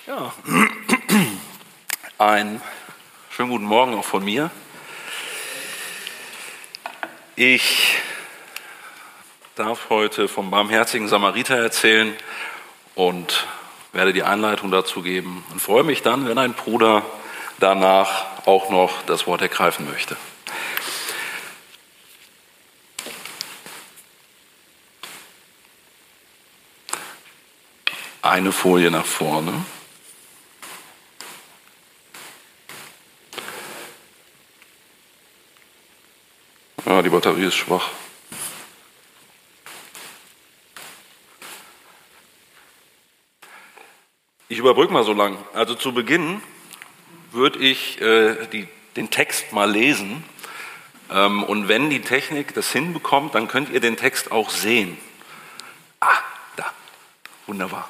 Ja, einen schönen guten Morgen auch von mir. Ich darf heute vom barmherzigen Samariter erzählen und werde die Einleitung dazu geben und freue mich dann, wenn ein Bruder danach auch noch das Wort ergreifen möchte. Eine Folie nach vorne. Ja, die Batterie ist schwach. Ich überbrücke mal so lang. Also zu Beginn würde ich den Text mal lesen. Und wenn die Technik das hinbekommt, dann könnt ihr den Text auch sehen. Da. Wunderbar.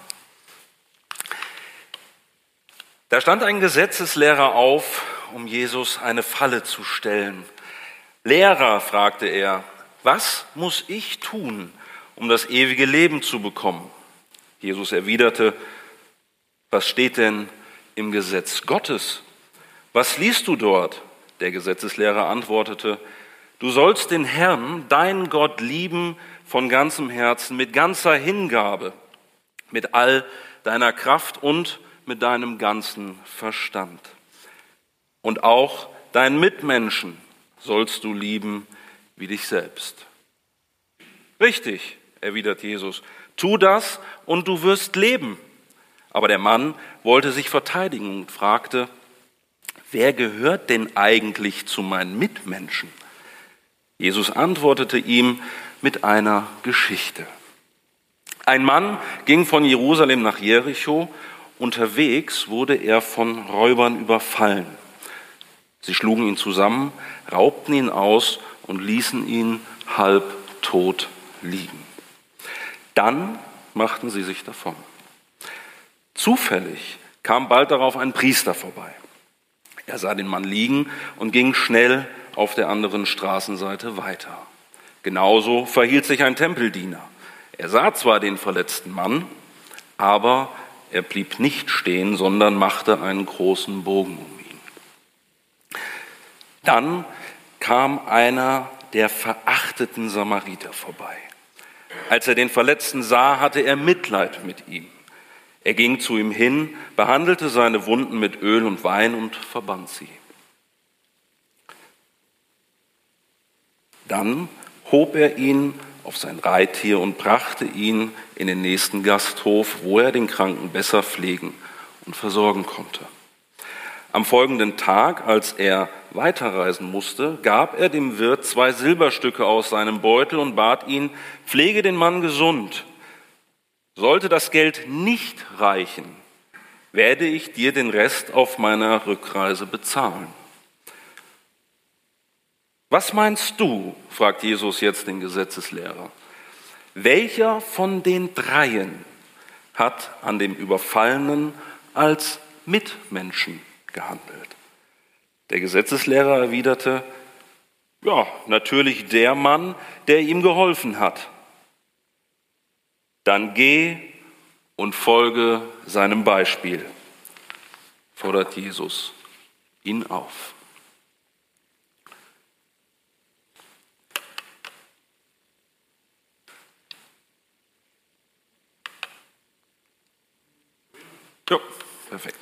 Da stand ein Gesetzeslehrer auf, um Jesus eine Falle zu stellen. Lehrer, fragte er, was muss ich tun, um das ewige Leben zu bekommen? Jesus erwiderte, was steht denn im Gesetz Gottes? Was liest du dort? Der Gesetzeslehrer antwortete, du sollst den Herrn, deinen Gott, lieben von ganzem Herzen, mit ganzer Hingabe, mit all deiner Kraft und mit deinem ganzen Verstand. Und auch deinen Mitmenschen sollst du lieben wie dich selbst. Richtig, erwidert Jesus, tu das und du wirst leben. Aber der Mann wollte sich verteidigen und fragte, wer gehört denn eigentlich zu meinen Mitmenschen? Jesus antwortete ihm mit einer Geschichte. Ein Mann ging von Jerusalem nach Jericho. Unterwegs wurde er von Räubern überfallen. Sie schlugen ihn zusammen, raubten ihn aus und ließen ihn halb tot liegen. Dann machten sie sich davon. Zufällig kam bald darauf ein Priester vorbei. Er sah den Mann liegen und ging schnell auf der anderen Straßenseite weiter. Genauso verhielt sich ein Tempeldiener. Er sah zwar den verletzten Mann, aber er blieb nicht stehen, sondern machte einen großen Bogen um ihn. Dann kam einer der verachteten Samariter vorbei. Als er den Verletzten sah, hatte er Mitleid mit ihm. Er ging zu ihm hin, behandelte seine Wunden mit Öl und Wein und verband sie. Dann hob er ihn auf sein Reittier und brachte ihn in den nächsten Gasthof, wo er den Kranken besser pflegen und versorgen konnte. Am folgenden Tag, als er weiterreisen musste, gab er dem Wirt 2 Silberstücke aus seinem Beutel und bat ihn, pflege den Mann gesund. Sollte das Geld nicht reichen, werde ich dir den Rest auf meiner Rückreise bezahlen. Was meinst du, fragt Jesus jetzt den Gesetzeslehrer, welcher von den dreien hat an dem Überfallenen als Mitmenschen gehandelt? Der Gesetzeslehrer erwiderte, ja, natürlich der Mann, der ihm geholfen hat. Dann geh und folge seinem Beispiel, fordert Jesus ihn auf. Ja, perfekt.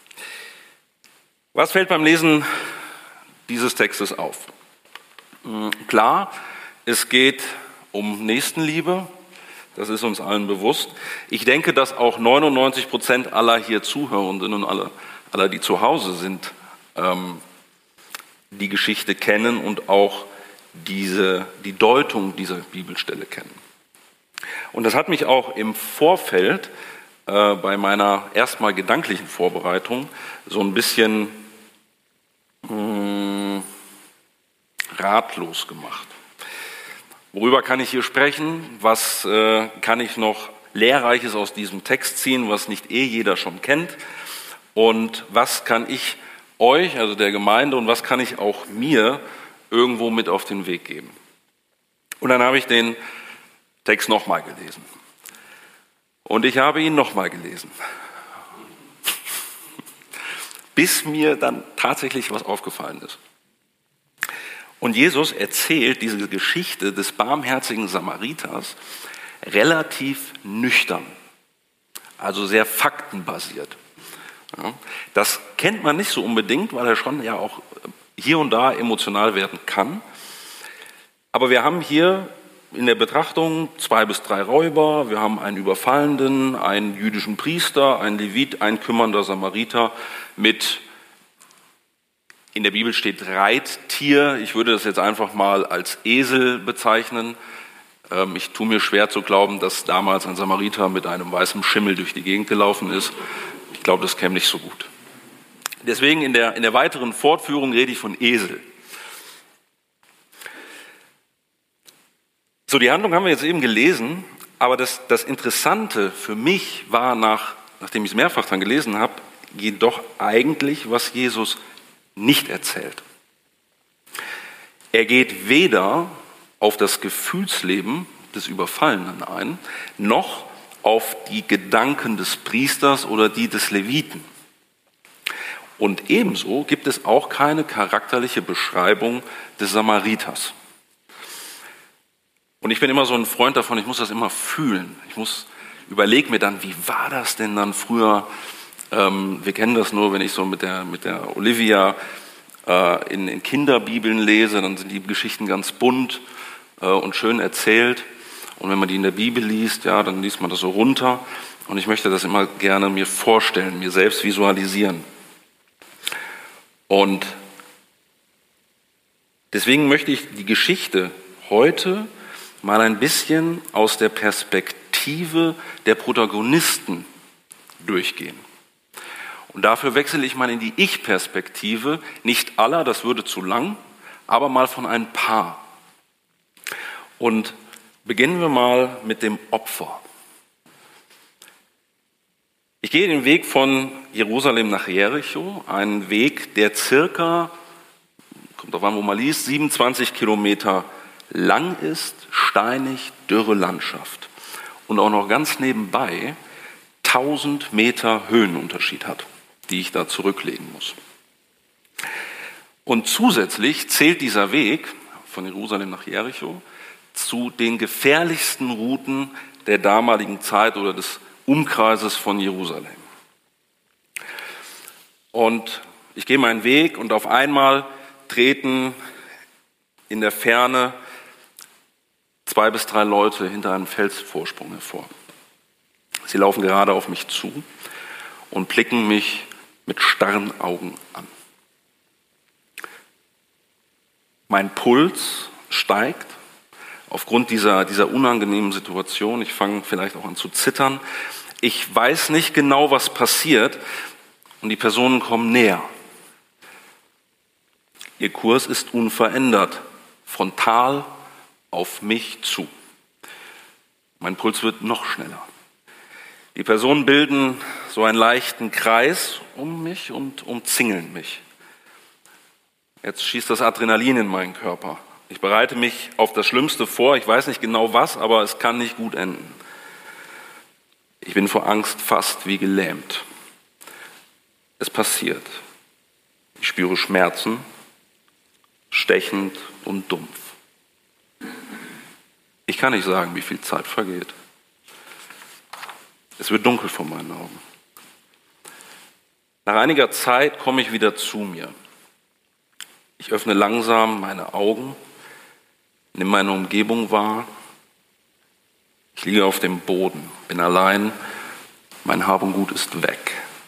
Was fällt beim Lesen dieses Textes auf? Klar, es geht um Nächstenliebe, das ist uns allen bewusst. Ich denke, dass auch 99% aller hier Zuhörenden und aller, die zu Hause sind, die Geschichte kennen und auch die Deutung dieser Bibelstelle kennen. Und das hat mich auch im Vorfeld bei meiner erstmal gedanklichen Vorbereitung so ein bisschen ratlos gemacht. Worüber kann ich hier sprechen? Was kann ich noch Lehrreiches aus diesem Text ziehen, was nicht jeder schon kennt? Und was kann ich euch, also der Gemeinde, und was kann ich auch mir irgendwo mit auf den Weg geben? Und dann habe ich den Text nochmal gelesen. Und ich habe ihn nochmal gelesen. bis mir dann tatsächlich was aufgefallen ist. Und Jesus erzählt diese Geschichte des barmherzigen Samariters relativ nüchtern, also sehr faktenbasiert. Ja, das kennt man nicht so unbedingt, weil er schon ja auch hier und da emotional werden kann. Aber wir haben hier in der Betrachtung 2 bis 3 Räuber, wir haben einen Überfallenden, einen jüdischen Priester, einen Levit, einen kümmernder Samariter mit, in der Bibel steht Reittier, ich würde das jetzt einfach mal als Esel bezeichnen. Ich tue mir schwer zu glauben, dass damals ein Samariter mit einem weißen Schimmel durch die Gegend gelaufen ist. Ich glaube, das käme nicht so gut. Deswegen in der weiteren Fortführung rede ich von Esel. So, die Handlung haben wir jetzt eben gelesen, aber das Interessante für mich war, nachdem ich es mehrfach dann gelesen habe, jedoch eigentlich, was Jesus nicht erzählt. Er geht weder auf das Gefühlsleben des Überfallenen ein, noch auf die Gedanken des Priesters oder die des Leviten. Und ebenso gibt es auch keine charakterliche Beschreibung des Samariters. Und ich bin immer so ein Freund davon, ich muss das immer fühlen. Überlege mir dann, wie war das denn dann früher? Wir kennen das nur, wenn ich so mit der Olivia in Kinderbibeln lese, dann sind die Geschichten ganz bunt und schön erzählt. Und wenn man die in der Bibel liest, ja, dann liest man das so runter. Und ich möchte das immer gerne mir vorstellen, mir selbst visualisieren. Und deswegen möchte ich die Geschichte heute mal ein bisschen aus der Perspektive der Protagonisten durchgehen. Und dafür wechsle ich mal in die Ich-Perspektive, nicht aller, das würde zu lang, aber mal von ein paar. Und beginnen wir mal mit dem Opfer. Ich gehe den Weg von Jerusalem nach Jericho, einen Weg, der circa, kommt drauf an, wo man liest, 27 Kilometer lang ist, steinig, dürre Landschaft und auch noch ganz nebenbei 1000 Meter Höhenunterschied hat, die ich da zurücklegen muss. Und zusätzlich zählt dieser Weg von Jerusalem nach Jericho zu den gefährlichsten Routen der damaligen Zeit oder des Umkreises von Jerusalem. Und ich gehe meinen Weg und auf einmal treten in der Ferne 2 bis 3 Leute hinter einem Felsvorsprung hervor. Sie laufen gerade auf mich zu und blicken mich mit starren Augen an. Mein Puls steigt aufgrund dieser unangenehmen Situation. Ich fange vielleicht auch an zu zittern. Ich weiß nicht genau, was passiert und die Personen kommen näher. Ihr Kurs ist unverändert, frontal auf mich zu. Mein Puls wird noch schneller. Die Personen bilden so einen leichten Kreis um mich und umzingeln mich. Jetzt schießt das Adrenalin in meinen Körper. Ich bereite mich auf das Schlimmste vor. Ich weiß nicht genau was, aber es kann nicht gut enden. Ich bin vor Angst fast wie gelähmt. Es passiert. Ich spüre Schmerzen, stechend und dumpf. Ich kann nicht sagen, wie viel Zeit vergeht. Es wird dunkel vor meinen Augen. Nach einiger Zeit komme ich wieder zu mir. Ich öffne langsam meine Augen, nehme meine Umgebung wahr. Ich liege auf dem Boden, bin allein, mein Hab und Gut ist weg.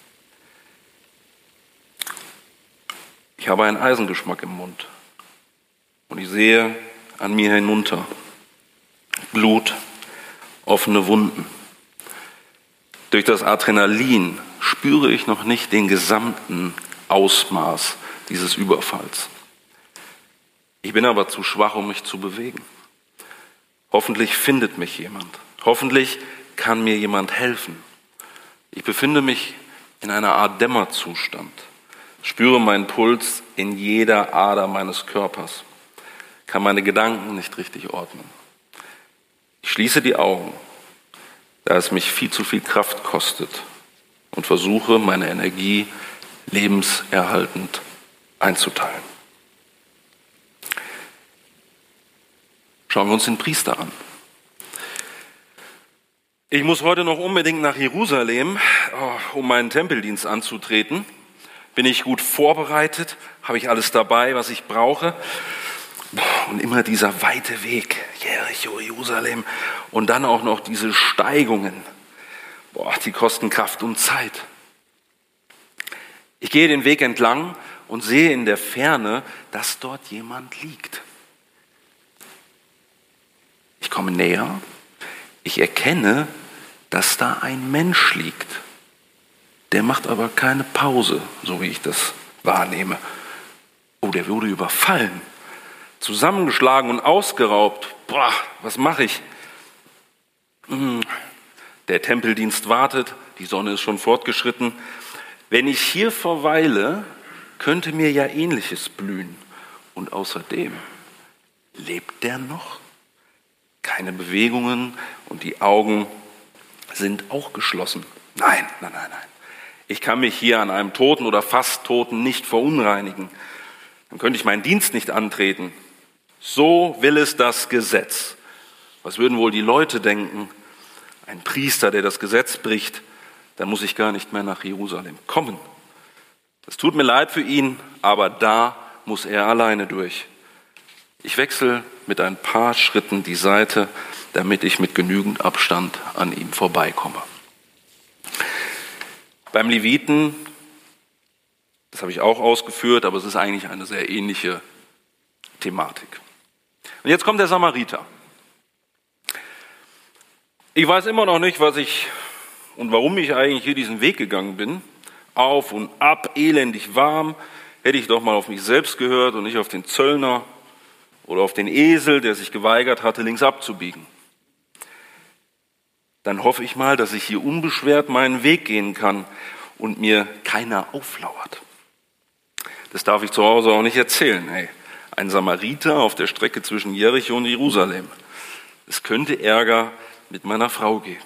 Ich habe einen Eisengeschmack im Mund und ich sehe an mir hinunter Blut, offene Wunden. Durch das Adrenalin spüre ich noch nicht den gesamten Ausmaß dieses Überfalls. Ich bin aber zu schwach, um mich zu bewegen. Hoffentlich findet mich jemand. Hoffentlich kann mir jemand helfen. Ich befinde mich in einer Art Dämmerzustand. Spüre meinen Puls in jeder Ader meines Körpers. Kann meine Gedanken nicht richtig ordnen. Ich schließe die Augen, da es mich viel zu viel Kraft kostet und versuche, meine Energie lebenserhaltend einzuteilen. Schauen wir uns den Priester an. Ich muss heute noch unbedingt nach Jerusalem, um meinen Tempeldienst anzutreten. Bin ich gut vorbereitet? Habe ich alles dabei, was ich brauche? Und immer dieser weite Weg, Jericho, Jerusalem, und dann auch noch diese Steigungen. Die kosten Kraft und Zeit. Ich gehe den Weg entlang und sehe in der Ferne, dass dort jemand liegt. Ich komme näher, ich erkenne, dass da ein Mensch liegt. Der macht aber keine Pause, so wie ich das wahrnehme. Der wurde überfallen, zusammengeschlagen und ausgeraubt. Was mache ich? Der Tempeldienst wartet, die Sonne ist schon fortgeschritten. Wenn ich hier verweile, könnte mir ja Ähnliches blühen. Und außerdem, lebt der noch? Keine Bewegungen und die Augen sind auch geschlossen. Nein. Ich kann mich hier an einem Toten oder fast Toten nicht verunreinigen. Dann könnte ich meinen Dienst nicht antreten. So will es das Gesetz. Was würden wohl die Leute denken? Ein Priester, der das Gesetz bricht, dann muss ich gar nicht mehr nach Jerusalem kommen. Es tut mir leid für ihn, aber da muss er alleine durch. Ich wechsle mit ein paar Schritten die Seite, damit ich mit genügend Abstand an ihm vorbeikomme. Beim Leviten, das habe ich auch ausgeführt, aber es ist eigentlich eine sehr ähnliche Thematik. Und jetzt kommt der Samariter. Ich weiß immer noch nicht, warum ich eigentlich hier diesen Weg gegangen bin. Auf und ab, elendig warm. Hätte ich doch mal auf mich selbst gehört und nicht auf den Zöllner oder auf den Esel, der sich geweigert hatte, links abzubiegen. Dann hoffe ich mal, dass ich hier unbeschwert meinen Weg gehen kann und mir keiner auflauert. Das darf ich zu Hause auch nicht erzählen. Ein Samariter auf der Strecke zwischen Jericho und Jerusalem. Es könnte Ärger mit meiner Frau geben.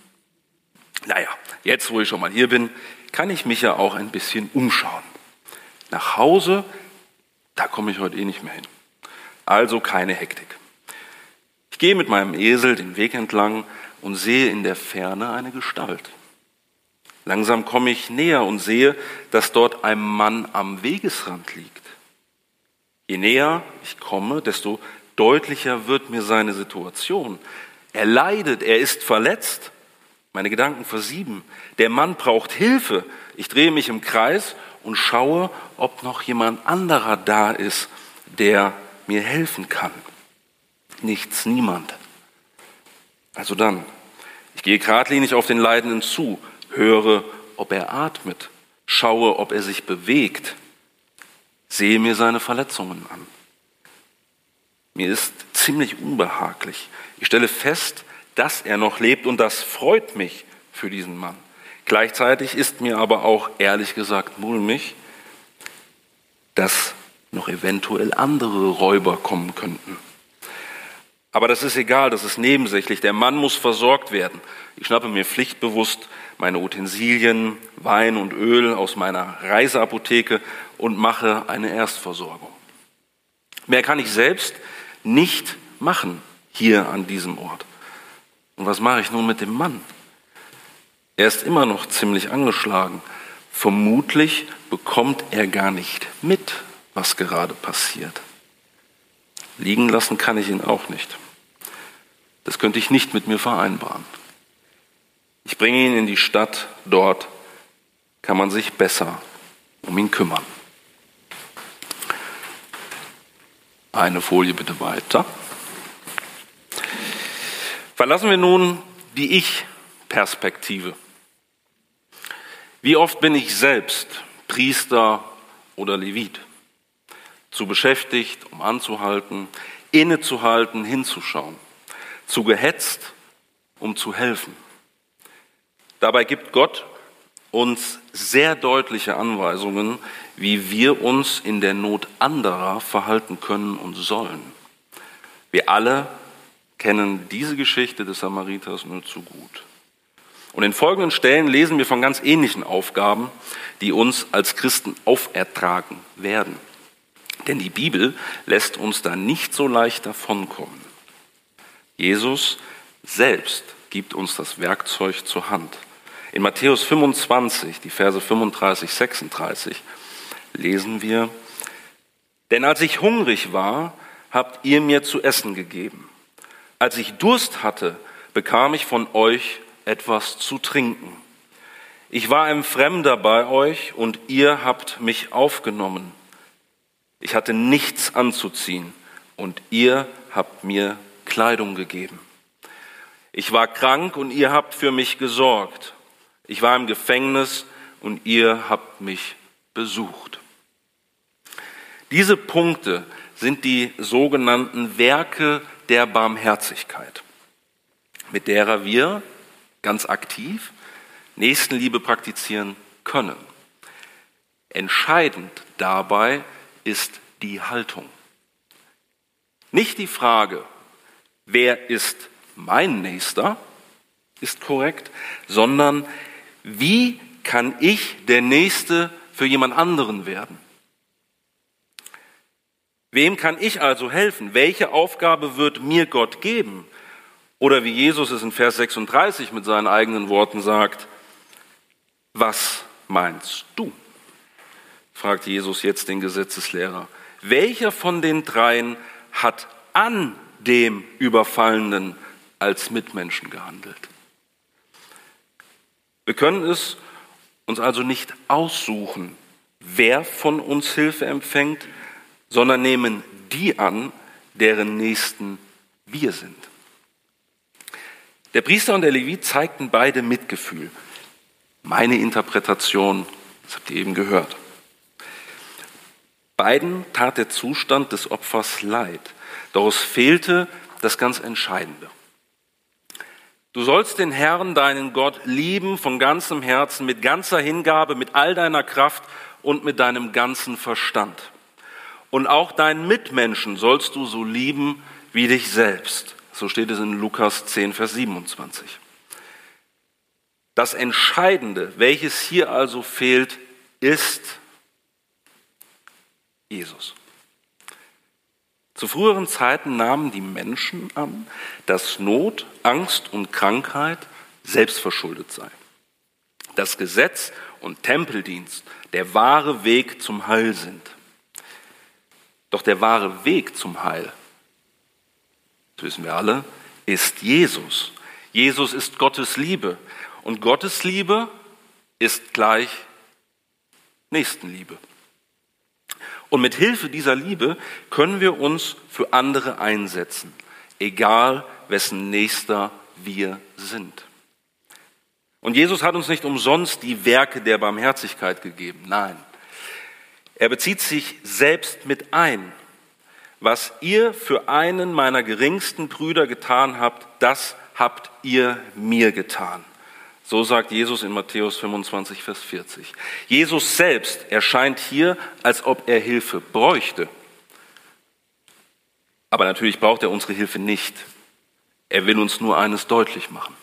Jetzt, wo ich schon mal hier bin, kann ich mich ja auch ein bisschen umschauen. Nach Hause, da komme ich heute nicht mehr hin. Also keine Hektik. Ich gehe mit meinem Esel den Weg entlang und sehe in der Ferne eine Gestalt. Langsam komme ich näher und sehe, dass dort ein Mann am Wegesrand liegt. Je näher ich komme, desto deutlicher wird mir seine Situation. Er leidet, er ist verletzt. Meine Gedanken versieben. Der Mann braucht Hilfe. Ich drehe mich im Kreis und schaue, ob noch jemand anderer da ist, der mir helfen kann. Niemand. Also dann, ich gehe geradlinig auf den Leidenden zu, höre, ob er atmet, schaue, ob er sich bewegt, sehe mir seine Verletzungen an. Mir ist ziemlich unbehaglich. Ich stelle fest, dass er noch lebt und das freut mich für diesen Mann. Gleichzeitig ist mir aber auch ehrlich gesagt mulmig, dass noch eventuell andere Räuber kommen könnten. Aber das ist egal, das ist nebensächlich. Der Mann muss versorgt werden. Ich schnappe mir pflichtbewusst meine Utensilien, Wein und Öl aus meiner Reiseapotheke und mache eine Erstversorgung. Mehr kann ich selbst nicht machen hier an diesem Ort. Und was mache ich nun mit dem Mann? Er ist immer noch ziemlich angeschlagen. Vermutlich bekommt er gar nicht mit, was gerade passiert. Liegen lassen kann ich ihn auch nicht. Das könnte ich nicht mit mir vereinbaren. Ich bringe ihn in die Stadt, dort kann man sich besser um ihn kümmern. Eine Folie bitte weiter. Verlassen wir nun die Ich-Perspektive. Wie oft bin ich selbst Priester oder Levit? Zu beschäftigt, um anzuhalten, innezuhalten, hinzuschauen. Zu gehetzt, um zu helfen. Dabei gibt Gott uns sehr deutliche Anweisungen, wie wir uns in der Not anderer verhalten können und sollen. Wir alle kennen diese Geschichte des Samariters nur zu gut. Und in folgenden Stellen lesen wir von ganz ähnlichen Aufgaben, die uns als Christen aufertragen werden. Denn die Bibel lässt uns da nicht so leicht davonkommen. Jesus selbst gibt uns das Werkzeug zur Hand. In Matthäus 25, die Verse 35, 36, lesen wir: Denn als ich hungrig war, habt ihr mir zu essen gegeben. Als ich Durst hatte, bekam ich von euch etwas zu trinken. Ich war ein Fremder bei euch und ihr habt mich aufgenommen. Ich hatte nichts anzuziehen und ihr habt mir Kleidung gegeben. Ich war krank und ihr habt für mich gesorgt. Ich war im Gefängnis und ihr habt mich besucht. Diese Punkte sind die sogenannten Werke der Barmherzigkeit, mit derer wir ganz aktiv Nächstenliebe praktizieren können. Entscheidend dabei ist die Haltung. Nicht die Frage, wer ist mein Nächster, ist korrekt, sondern wie kann ich der Nächste für jemand anderen werden? Wem kann ich also helfen? Welche Aufgabe wird mir Gott geben? Oder wie Jesus es in Vers 36 mit seinen eigenen Worten sagt: Was meinst du? Fragt Jesus jetzt den Gesetzeslehrer. Welcher von den dreien hat an dem Überfallenen als Mitmenschen gehandelt? Wir können es uns also nicht aussuchen, wer von uns Hilfe empfängt, sondern nehmen die an, deren Nächsten wir sind. Der Priester und der Levit zeigten beide Mitgefühl. Meine Interpretation, das habt ihr eben gehört. Beiden tat der Zustand des Opfers leid, doch es fehlte das ganz Entscheidende. Du sollst den Herrn, deinen Gott, lieben von ganzem Herzen, mit ganzer Hingabe, mit all deiner Kraft und mit deinem ganzen Verstand. Und auch deinen Mitmenschen sollst du so lieben wie dich selbst. So steht es in Lukas 10, Vers 27. Das Entscheidende, welches hier also fehlt, ist Jesus. Zu früheren Zeiten nahmen die Menschen an, dass Not, Angst und Krankheit selbstverschuldet sei. Dass Gesetz und Tempeldienst der wahre Weg zum Heil sind. Doch der wahre Weg zum Heil, das wissen wir alle, ist Jesus. Jesus ist Gottes Liebe. Und Gottes Liebe ist gleich Nächstenliebe. Und mit Hilfe dieser Liebe können wir uns für andere einsetzen, egal wessen Nächster wir sind. Und Jesus hat uns nicht umsonst die Werke der Barmherzigkeit gegeben. Nein, er bezieht sich selbst mit ein. Was ihr für einen meiner geringsten Brüder getan habt, das habt ihr mir getan. So sagt Jesus in Matthäus 25, Vers 40. Jesus selbst erscheint hier, als ob er Hilfe bräuchte. Aber natürlich braucht er unsere Hilfe nicht. Er will uns nur eines deutlich machen.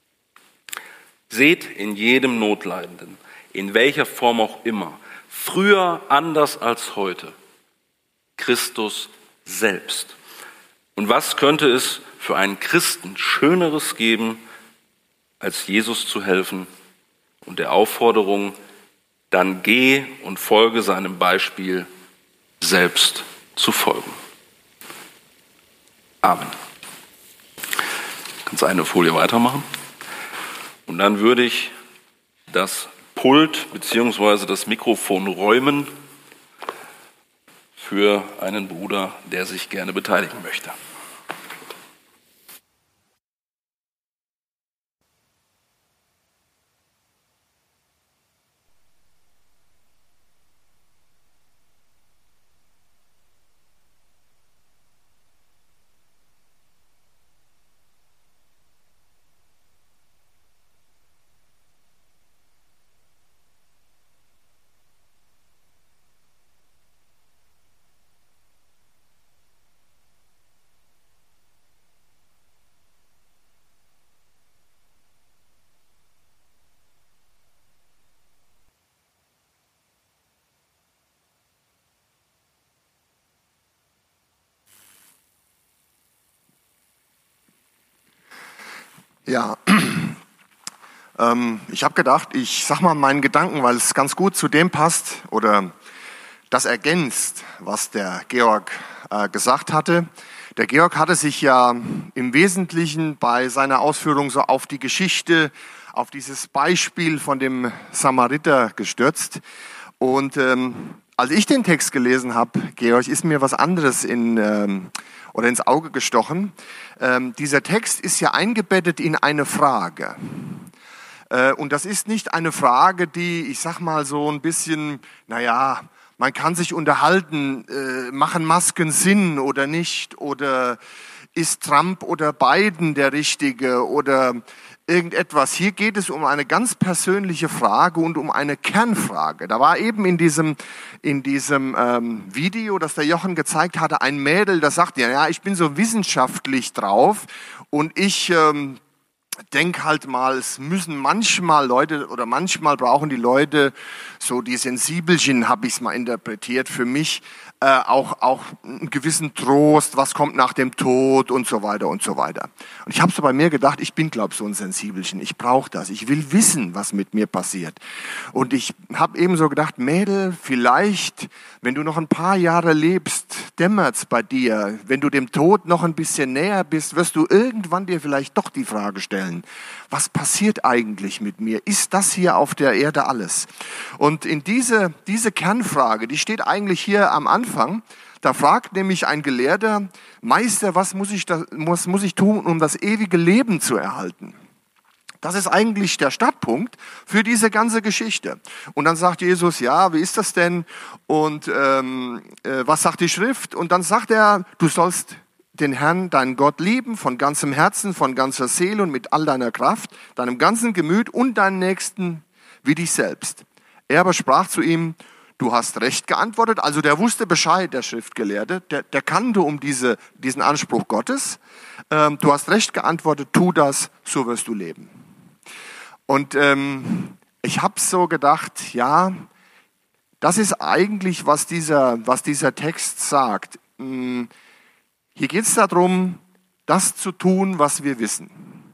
Seht in jedem Notleidenden, in welcher Form auch immer, früher anders als heute, Christus selbst. Und was könnte es für einen Christen Schöneres geben, als Jesus zu helfen und der Aufforderung, dann geh und folge seinem Beispiel, selbst zu folgen. Amen. Kannst eine Folie weitermachen? Und dann würde ich das Pult bzw. das Mikrofon räumen für einen Bruder, der sich gerne beteiligen möchte. Ja, ich habe gedacht, ich sag mal meinen Gedanken, weil es ganz gut zu dem passt oder das ergänzt, was der Georg gesagt hatte. Der Georg hatte sich ja im Wesentlichen bei seiner Ausführung so auf die Geschichte, auf dieses Beispiel von dem Samariter gestürzt. Und als ich den Text gelesen habe, Georg, ist mir was anderes ins Auge gestochen. Dieser Text ist ja eingebettet in eine Frage. Und das ist nicht eine Frage, die, ich sag mal so ein bisschen, man kann sich unterhalten, machen Masken Sinn oder nicht, oder ist Trump oder Biden der Richtige oder irgendetwas. Hier geht es um eine ganz persönliche Frage und um eine Kernfrage. Da war eben in diesem Video, das der Jochen gezeigt hatte, ein Mädel, das sagt, ja, ich bin so wissenschaftlich drauf und ich denk halt mal, es müssen manchmal Leute oder manchmal brauchen die Leute so die Sensibelchen, habe ich es mal interpretiert, für mich auch einen gewissen Trost, was kommt nach dem Tod und so weiter und so weiter. Und ich habe so bei mir gedacht, ich bin, glaube ich, so ein Sensibelchen, ich brauche das, ich will wissen, was mit mir passiert. Und ich habe eben so gedacht, Mädel, vielleicht, wenn du noch ein paar Jahre lebst, dämmert's bei dir, wenn du dem Tod noch ein bisschen näher bist, wirst du irgendwann dir vielleicht doch die Frage stellen, was passiert eigentlich mit mir? Ist das hier auf der Erde alles? Und in diese Kernfrage, die steht eigentlich hier am Anfang. Da fragt nämlich ein Gelehrter, Meister, was muss ich tun, um das ewige Leben zu erhalten? Das ist eigentlich der Startpunkt für diese ganze Geschichte. Und dann sagt Jesus, ja, wie ist das denn? Und was sagt die Schrift? Und dann sagt er, du sollst den Herrn, deinen Gott lieben, von ganzem Herzen, von ganzer Seele und mit all deiner Kraft, deinem ganzen Gemüt und deinen Nächsten wie dich selbst. Er aber sprach zu ihm, du hast recht geantwortet. Also der wusste Bescheid, der Schriftgelehrte, der kannte um diesen Anspruch Gottes. Du hast recht geantwortet, tu das, so wirst du leben. Und ich habe so gedacht, ja, das ist eigentlich, was dieser Text sagt. Hier geht es darum, das zu tun, was wir wissen.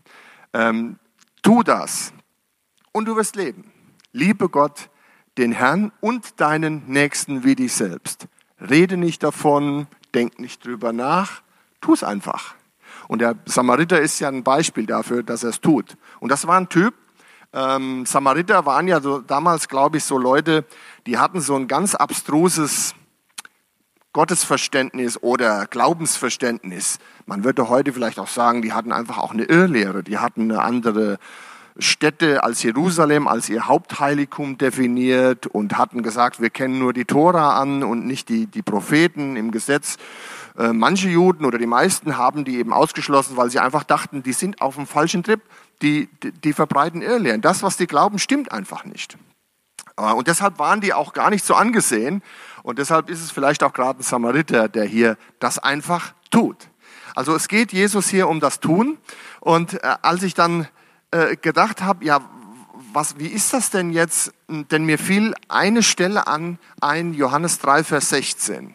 Tu das und du wirst leben. Liebe Gott, den Herrn und deinen Nächsten wie dich selbst. Rede nicht davon, denk nicht drüber nach, tu es einfach. Und der Samariter ist ja ein Beispiel dafür, dass er es tut. Und das war ein Typ, Samariter waren ja so, damals, glaube ich, so Leute, die hatten so ein ganz abstruses Gottesverständnis oder Glaubensverständnis. Man würde heute vielleicht auch sagen, die hatten einfach auch eine Irrlehre, die hatten eine andere Städte als Jerusalem, als ihr Hauptheiligung definiert und hatten gesagt, wir kennen nur die Tora an und nicht die Propheten im Gesetz. Manche Juden oder die meisten haben die eben ausgeschlossen, weil sie einfach dachten, die sind auf dem falschen Trip, die verbreiten Irrlehren. Das, was die glauben, stimmt einfach nicht. Und deshalb waren die auch gar nicht so angesehen und deshalb ist es vielleicht auch gerade ein Samariter, der hier das einfach tut. Also es geht Jesus hier um das Tun und als ich dann gedacht habe, ja, wie ist das denn jetzt? Denn mir fiel eine Stelle ein Johannes 3, Vers 16,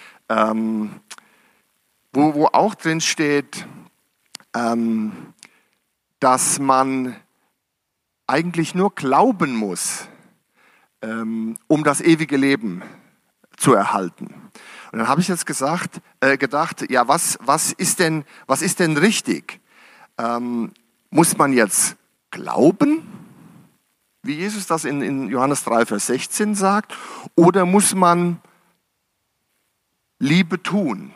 wo auch drin steht, dass man eigentlich nur glauben muss, um das ewige Leben zu erhalten. Und dann habe ich jetzt gedacht, ja, was ist denn richtig? Muss man jetzt glauben, wie Jesus das in Johannes 3, Vers 16 sagt, oder muss man Liebe tun?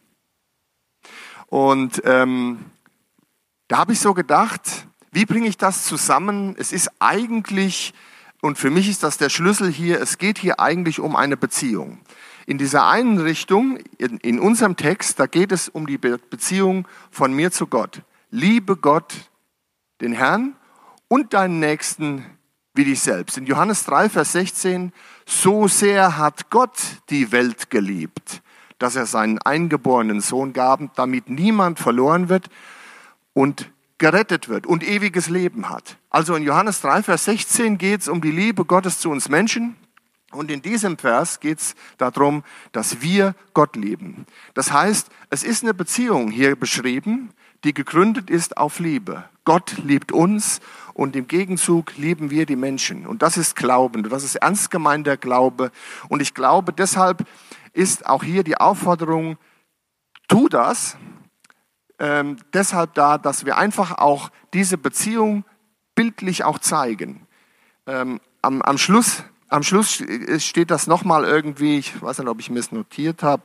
Und da habe ich so gedacht, wie bringe ich das zusammen? Es ist eigentlich, und für mich ist das der Schlüssel hier, es geht hier eigentlich um eine Beziehung. In dieser einen Richtung, in unserem Text, da geht es um die Beziehung von mir zu Gott. Liebe Gott, den Herrn und deinen Nächsten wie dich selbst. In Johannes 3, Vers 16, so sehr hat Gott die Welt geliebt, dass er seinen eingeborenen Sohn gab, damit niemand verloren wird und gerettet wird und ewiges Leben hat. Also in Johannes 3, Vers 16 geht es um die Liebe Gottes zu uns Menschen und in diesem Vers geht es darum, dass wir Gott lieben. Das heißt, es ist eine Beziehung hier beschrieben, die gegründet ist auf Liebe. Gott liebt uns und im Gegenzug lieben wir die Menschen. Und das ist Glauben, das ist ernst gemeinter Glaube. Und ich glaube, deshalb ist auch hier die Aufforderung, tu das, deshalb da, dass wir einfach auch diese Beziehung bildlich auch zeigen. Am Schluss steht das nochmal irgendwie, ich weiß nicht, ob ich mir es notiert habe.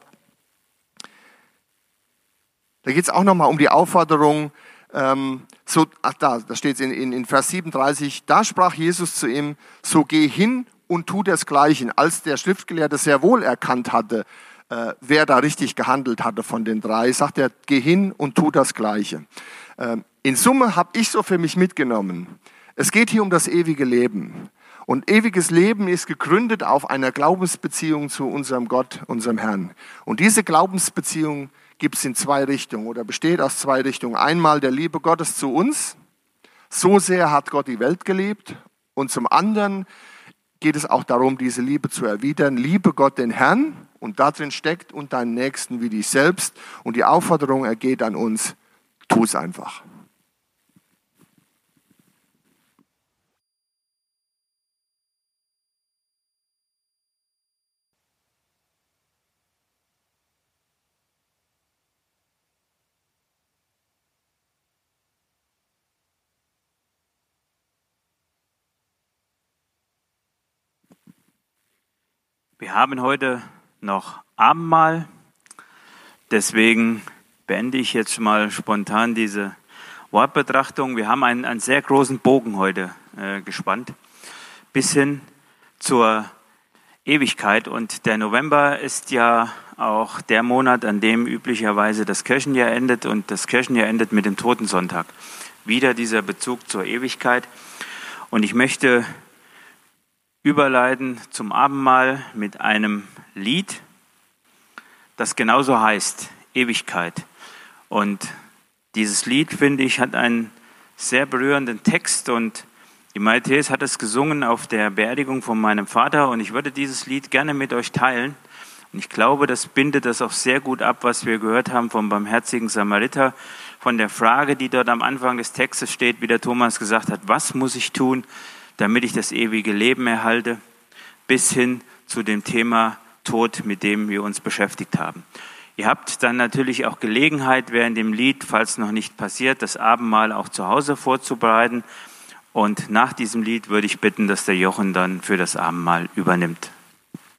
Da geht es auch nochmal um die Aufforderung, da steht es in Vers 37, da sprach Jesus zu ihm, so geh hin und tu desgleichen, als der Schriftgelehrte sehr wohl erkannt hatte, wer da richtig gehandelt hatte von den drei, sagt er, geh hin und tu das Gleiche. In Summe habe ich so für mich mitgenommen, es geht hier um das ewige Leben. Und ewiges Leben ist gegründet auf einer Glaubensbeziehung zu unserem Gott, unserem Herrn. Und diese Glaubensbeziehung gibt es in zwei Richtungen oder besteht aus zwei Richtungen. Einmal der Liebe Gottes zu uns, so sehr hat Gott die Welt geliebt. Und zum anderen geht es auch darum, diese Liebe zu erwidern. Liebe Gott den Herrn und darin steckt und deinen Nächsten wie dich selbst. Und die Aufforderung ergeht an uns, tu es einfach. Wir haben heute noch Abendmahl, deswegen beende ich jetzt mal spontan diese Wortbetrachtung. Wir haben einen sehr großen Bogen heute gespannt, bis hin zur Ewigkeit. Und der November ist ja auch der Monat, an dem üblicherweise das Kirchenjahr endet. Und das Kirchenjahr endet mit dem Totensonntag. Wieder dieser Bezug zur Ewigkeit. Und ich möchte überleiten zum Abendmahl mit einem Lied, das genauso heißt, Ewigkeit. Und dieses Lied, finde ich, hat einen sehr berührenden Text und die Maithes hat es gesungen auf der Beerdigung von meinem Vater und ich würde dieses Lied gerne mit euch teilen. Und ich glaube, das bindet das auch sehr gut ab, was wir gehört haben vom barmherzigen Samariter, von der Frage, die dort am Anfang des Textes steht, wie der Thomas gesagt hat, was muss ich tun, damit ich das ewige Leben erhalte, bis hin zu dem Thema Tod, mit dem wir uns beschäftigt haben. Ihr habt dann natürlich auch Gelegenheit, während dem Lied, falls noch nicht passiert, das Abendmahl auch zu Hause vorzubereiten. Und nach diesem Lied würde ich bitten, dass der Jochen dann für das Abendmahl übernimmt.